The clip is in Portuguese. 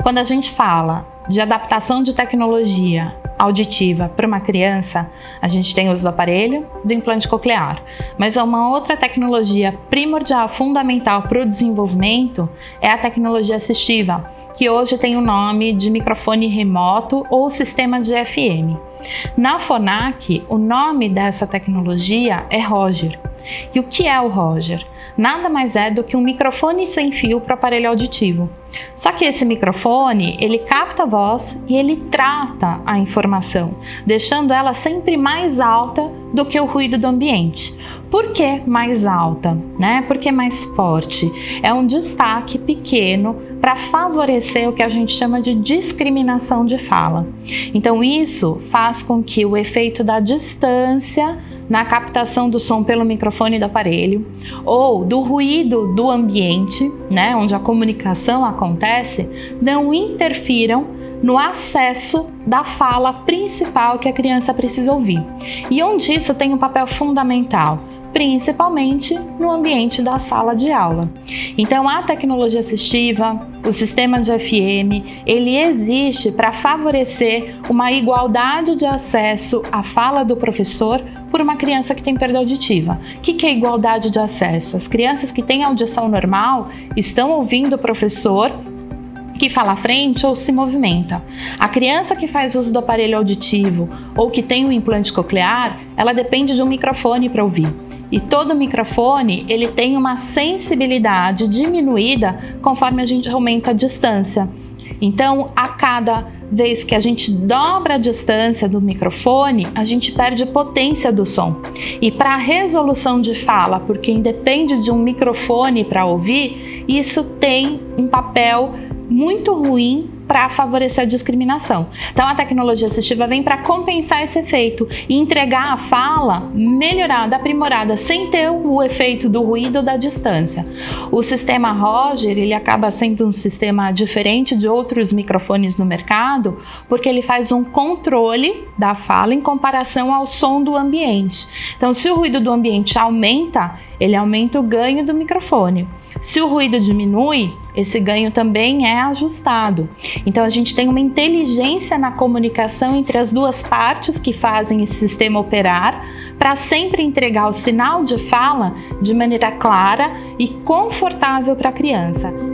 Quando a gente fala de adaptação de tecnologia auditiva para uma criança, a gente tem o uso do aparelho, do implante coclear. Mas uma outra tecnologia primordial, fundamental para o desenvolvimento é a tecnologia assistiva, que hoje tem o nome de microfone remoto ou sistema de FM. Na Phonak, o nome dessa tecnologia é Roger. E o que é o Roger? Nada mais é do que um microfone sem fio para o aparelho auditivo. Só que esse microfone, ele capta a voz e ele trata a informação, deixando ela sempre mais alta do que o ruído do ambiente. Por que mais alta? Por que mais forte? É um destaque pequeno para favorecer o que a gente chama de discriminação de fala. Então isso faz com que o efeito da distância na captação do som pelo microfone do aparelho ou do ruído do ambiente, onde a comunicação acontece, não interfiram no acesso da fala principal que a criança precisa ouvir. E onde isso tem um papel fundamental, principalmente no ambiente da sala de aula. Então, a tecnologia assistiva, o sistema de FM, ele existe para favorecer uma igualdade de acesso à fala do professor por uma criança que tem perda auditiva. O que é igualdade de acesso? As crianças que têm audição normal estão ouvindo o professor que fala à frente ou se movimenta. A criança que faz uso do aparelho auditivo ou que tem um implante coclear, ela depende de um microfone para ouvir. E todo microfone, ele tem uma sensibilidade diminuída conforme a gente aumenta a distância. Então, a cada vez que a gente dobra a distância do microfone, a gente perde potência do som. E para a resolução de fala, porque independe de um microfone para ouvir, isso tem um papel muito ruim para favorecer a discriminação. Então a tecnologia assistiva vem para compensar esse efeito e entregar a fala melhorada, aprimorada, sem ter o efeito do ruído ou da distância. O sistema Roger, ele acaba sendo um sistema diferente de outros microfones no mercado, porque ele faz um controle da fala em comparação ao som do ambiente. Então, se o ruído do ambiente aumenta, ele aumenta o ganho do microfone. Se o ruído diminui, esse ganho também é ajustado. Então a gente tem uma inteligência na comunicação entre as duas partes que fazem esse sistema operar para sempre entregar o sinal de fala de maneira clara e confortável para a criança.